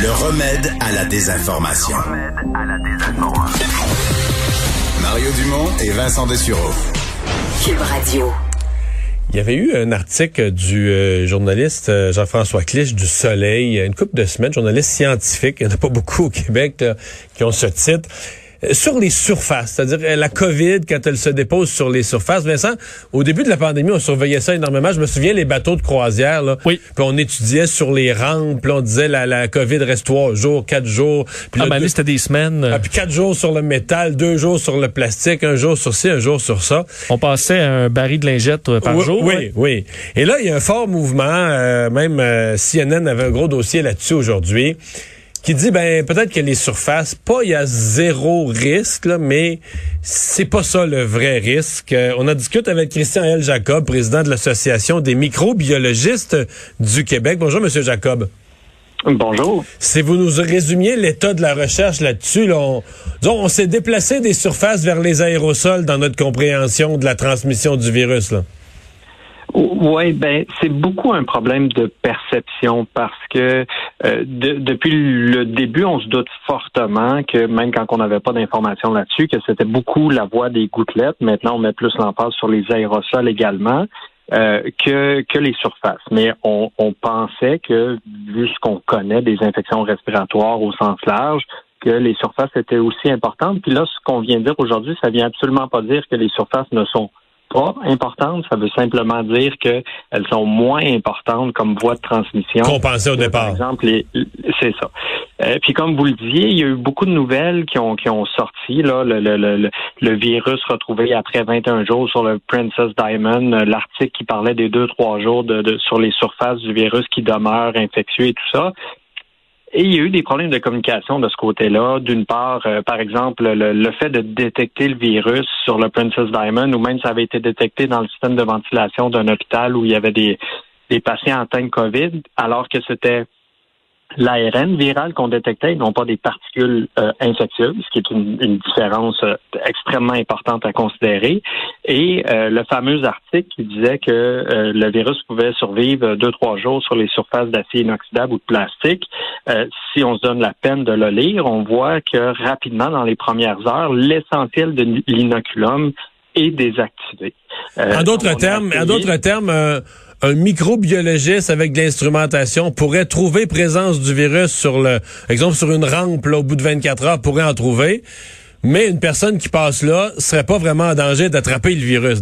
Le remède à la désinformation. Mario Dumont et Vincent Dessureau. Cube Radio. Il y avait eu un article du journaliste Jean-François Clich du Soleil, une couple de semaines, journaliste scientifique, il n'y en a pas beaucoup au Québec là, qui ont ce titre, sur les surfaces, c'est-à-dire la COVID, quand elle se dépose sur les surfaces. Vincent, au début de la pandémie, on surveillait ça énormément. Je me souviens, les bateaux de croisière, là, oui. Puis on étudiait sur les rampes, puis on disait la COVID reste 3 jours, 4 jours. Puis là, c'était des semaines. Puis 4 jours sur le métal, 2 jours sur le plastique, 1 jour sur ci, 1 jour sur ça. On passait à un baril de lingettes par jour. Oui. Et là, il y a un fort mouvement, même CNN avait un gros dossier là-dessus aujourd'hui, qui dit, peut-être que les surfaces, il y a zéro risque, là, mais c'est pas ça le vrai risque. On a discuté avec Christian L. Jacob, président de l'Association des microbiologistes du Québec. Bonjour, Monsieur Jacob. Bonjour. Si vous nous résumiez l'état de la recherche là-dessus, là, on s'est déplacé des surfaces vers les aérosols dans notre compréhension de la transmission du virus, là. Oui, c'est beaucoup un problème de perception parce que depuis le début, on se doute fortement que même quand on n'avait pas d'informations là-dessus, que c'était beaucoup la voie des gouttelettes. Maintenant, on met plus l'emphase sur les aérosols également que les surfaces. Mais on pensait que, vu ce qu'on connaît des infections respiratoires au sens large, que les surfaces étaient aussi importantes. Puis là, ce qu'on vient de dire aujourd'hui, ça vient absolument pas dire que les surfaces ne sont pas importantes, ça veut simplement dire qu'elles sont moins importantes comme voie de transmission. Qu'on pensait au départ. Par exemple, c'est ça. Puis comme vous le disiez, il y a eu beaucoup de nouvelles qui ont sorti, là, le virus retrouvé après 21 jours sur le Princess Diamond, l'article qui parlait des 2-3 jours sur les surfaces du virus qui demeurent infectieux et tout ça. Et il y a eu des problèmes de communication de ce côté-là. D'une part, par exemple, le fait de détecter le virus sur le Princess Diamond, ou même ça avait été détecté dans le système de ventilation d'un hôpital où il y avait des patients atteints de COVID, alors que c'était l'ARN viral qu'on détectait, et non pas des particules infectieuses, ce qui est une différence extrêmement importante à considérer. Et le fameux article qui disait que le virus pouvait survivre 2-3 jours sur les surfaces d'acier inoxydable ou de plastique. Si on se donne la peine de le lire, on voit que rapidement, dans les premières heures, l'essentiel de l'inoculum est désactivé. En d'autres termes, un microbiologiste avec de l'instrumentation pourrait trouver présence du virus sur exemple sur une rampe là, au bout de 24 heures, pourrait en trouver, mais une personne qui passe là serait pas vraiment en danger d'attraper le virus,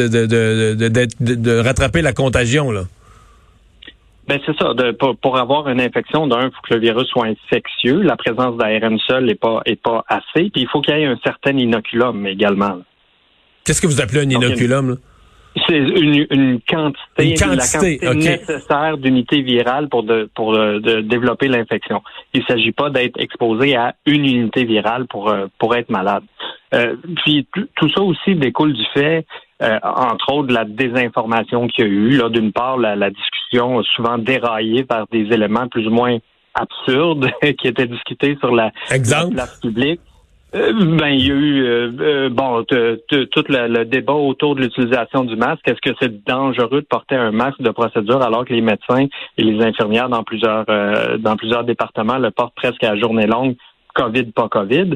de rattraper la contagion là. C'est ça. Pour avoir une infection, il faut que le virus soit infectieux. La présence d'ARN seul est pas assez. Puis il faut qu'il y ait un certain inoculum également. Là. Qu'est-ce que vous appelez un inoculum là? C'est une quantité la quantité nécessaire d'unités virales pour développer l'infection. Il ne s'agit pas d'être exposé à une unité virale pour être malade. Puis tout ça aussi découle du fait, entre autres, de la désinformation qu'il y a eu. Là, d'une part, la discussion a souvent déraillé par des éléments plus ou moins absurdes qui étaient discutés sur la place publique. Il y a eu tout le débat autour de l'utilisation du masque. Est-ce que c'est dangereux de porter un masque de procédure alors que les médecins et les infirmières dans plusieurs départements le portent presque à journée longue, COVID, pas COVID.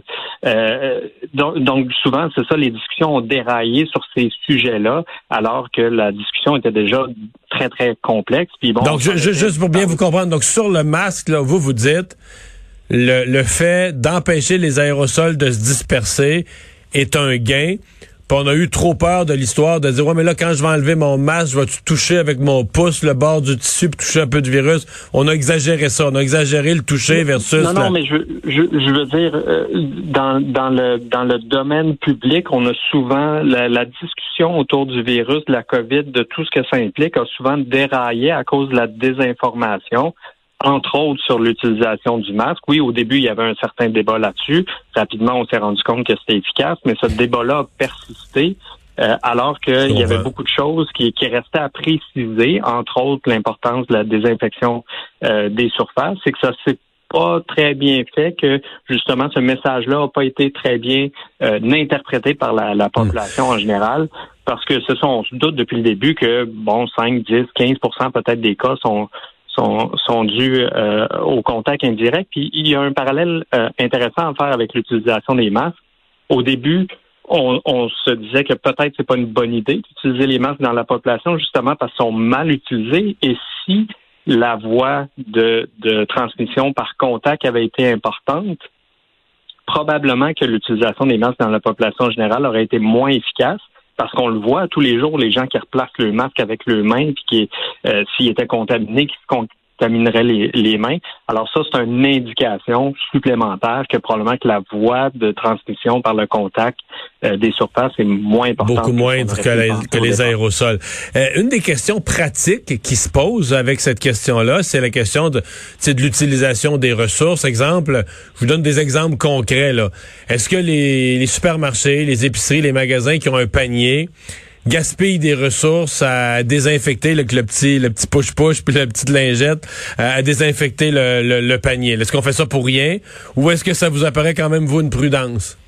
Donc souvent, c'est ça, les discussions ont déraillé sur ces sujets-là, alors que la discussion était déjà très, très complexe. Puis donc, juste pour bien vous comprendre, donc sur le masque, là, vous dites le fait d'empêcher les aérosols de se disperser est un gain. Puis on a eu trop peur de l'histoire de dire mais là quand je vais enlever mon masque, je vais toucher avec mon pouce le bord du tissu puis toucher un peu de virus. On a exagéré ça, on a exagéré le toucher versus mais je veux dire dans le domaine public, on a souvent la discussion autour du virus, de la COVID, de tout ce que ça implique a souvent déraillé à cause de la désinformation. Entre autres sur l'utilisation du masque. Oui, au début, il y avait un certain débat là-dessus. Rapidement, on s'est rendu compte que c'était efficace, mais ce débat-là a persisté alors qu'il y avait beaucoup de choses qui restaient à préciser, entre autres l'importance de la désinfection des surfaces. C'est que ça s'est pas très bien fait, que justement ce message-là n'a pas été très bien interprété par la population en général, parce que on se doute depuis le début que 5, 10, 15% peut-être des cas sont sont dus au contact indirect. Puis il y a un parallèle intéressant à faire avec l'utilisation des masques. Au début, on se disait que peut-être c'est pas une bonne idée d'utiliser les masques dans la population justement parce qu'ils sont mal utilisés. Et si la voie de transmission par contact avait été importante, probablement que l'utilisation des masques dans la population générale aurait été moins efficace. Parce qu'on le voit tous les jours, les gens qui replacent le masque avec leurs mains, puis qui, s'ils étaient contaminés, qui se contamineraient les mains. Alors ça, c'est une indication supplémentaire que probablement que la voie de transmission par le contact des surfaces est moins importante. Beaucoup moindre que les aérosols. Une des questions pratiques qui se posent avec cette question-là, c'est la question de l'utilisation des ressources. Exemple, je vous donne des exemples concrets, là. Est-ce que les supermarchés, les épiceries, les magasins qui ont un panier gaspillent des ressources à désinfecter le petit push-push puis la petite lingette à désinfecter le panier? Est-ce qu'on fait ça pour rien ou est-ce que ça vous apparaît quand même, vous, une prudence?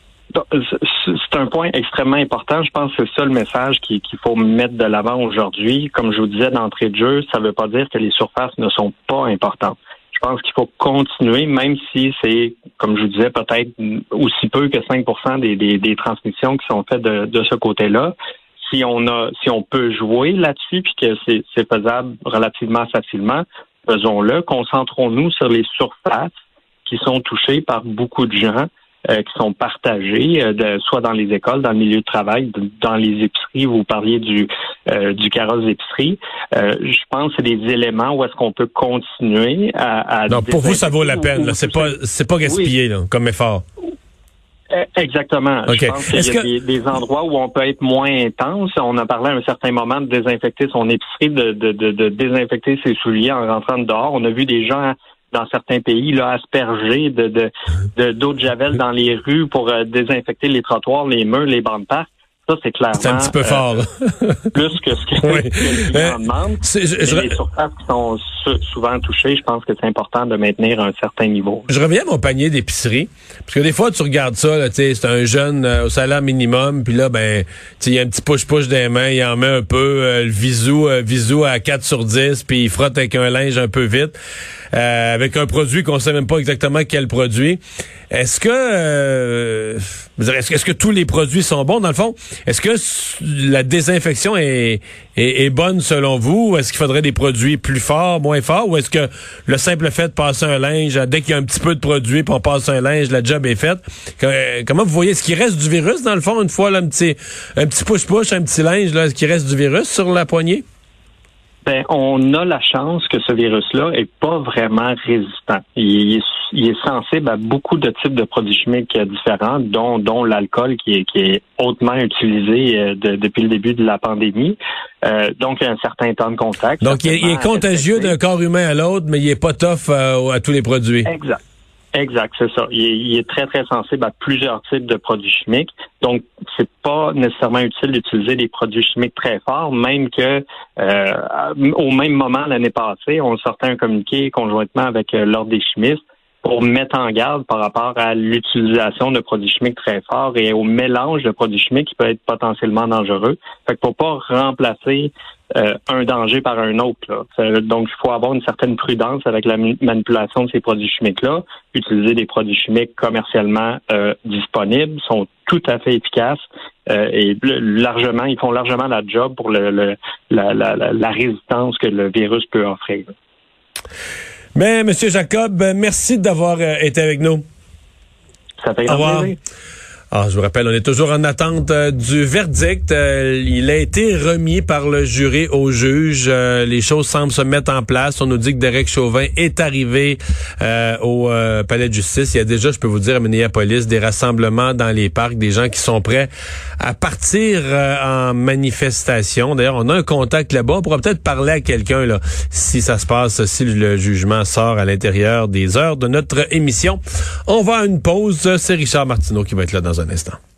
C'est un point extrêmement important. Je pense que c'est ça le message qu'il faut mettre de l'avant aujourd'hui. Comme je vous disais d'entrée de jeu, ça ne veut pas dire que les surfaces ne sont pas importantes. Je pense qu'il faut continuer, même si c'est, comme je vous disais, peut-être aussi peu que 5% des transmissions qui sont faites de ce côté-là. Si on peut jouer là-dessus puis que c'est faisable relativement facilement, faisons-le. Concentrons-nous sur les surfaces qui sont touchées par beaucoup de gens, qui sont partagées, soit dans les écoles, dans le milieu de travail, dans les épiceries. Vous parliez du carrosse d'épicerie. Je pense que c'est des éléments où est-ce qu'on peut continuer à donc, pour vous, ça vaut la peine. Là. C'est pas gaspillé là, comme effort. Exactement. Okay. Je pense qu'il y a des endroits où on peut être moins intense. On a parlé à un certain moment de désinfecter son épicerie, de désinfecter ses souliers en rentrant dehors. On a vu des gens dans certains pays là asperger d'eau de javel dans les rues pour désinfecter les trottoirs, les murs, les bancs de parc. Ça, c'est clairement... C'est un petit peu fort. Plus que ce que le client demande. Les surfaces qui sont souvent touchées, je pense que c'est important de maintenir un certain niveau. Je reviens à mon panier d'épicerie. Parce que des fois, tu regardes ça, là, c'est un jeune au salaire minimum, puis là, il y a un petit push-push dans les mains, il en met un peu, le visou à 4 sur 10, puis il frotte avec un linge un peu vite, avec un produit qu'on sait même pas exactement quel produit. Est-ce que tous les produits sont bons, dans le fond? Est-ce que la désinfection est bonne selon vous? Ou est-ce qu'il faudrait des produits plus forts, moins forts? Ou est-ce que le simple fait de passer un linge, dès qu'il y a un petit peu de produit, puis on passe un linge, la job est faite? Comment vous voyez? Est-ce qu'il reste du virus, dans le fond, une fois, là, un petit push-push, un petit linge, là, est-ce qu'il reste du virus sur la poignée? On a la chance que ce virus-là est pas vraiment résistant. Il est sensible à beaucoup de types de produits chimiques différents, dont l'alcool qui est hautement utilisé depuis le début de la pandémie. Donc, il y a un certain temps de contact. Donc, il est contagieux d'un corps humain à l'autre, mais il est pas tough à tous les produits. Exact, c'est ça. Il est très, très sensible à plusieurs types de produits chimiques. Donc, c'est pas nécessairement utile d'utiliser des produits chimiques très forts, même que au même moment l'année passée, on sortait un communiqué conjointement avec l'Ordre des chimistes pour mettre en garde par rapport à l'utilisation de produits chimiques très forts et au mélange de produits chimiques qui peut être potentiellement dangereux. Fait qu'il faut pas remplacer un danger par un autre, là. Donc, il faut avoir une certaine prudence avec la manipulation de ces produits chimiques-là. Utiliser des produits chimiques commercialement disponibles sont tout à fait efficaces et ils font largement la job pour la résistance que le virus peut offrir. Mais, M. Jacob, merci d'avoir été avec nous. Ça fait grand plaisir. Je vous rappelle, on est toujours en attente du verdict. Il a été remis par le jury au juge. Les choses semblent se mettre en place. On nous dit que Derek Chauvin est arrivé au palais de justice. Il y a déjà, je peux vous dire, à Minneapolis, des rassemblements dans les parcs, des gens qui sont prêts à partir en manifestation. D'ailleurs, on a un contact là-bas. On pourra peut-être parler à quelqu'un là, si ça se passe, si le jugement sort à l'intérieur des heures de notre émission. On va à une pause. C'est Richard Martineau qui va être là dans un instant.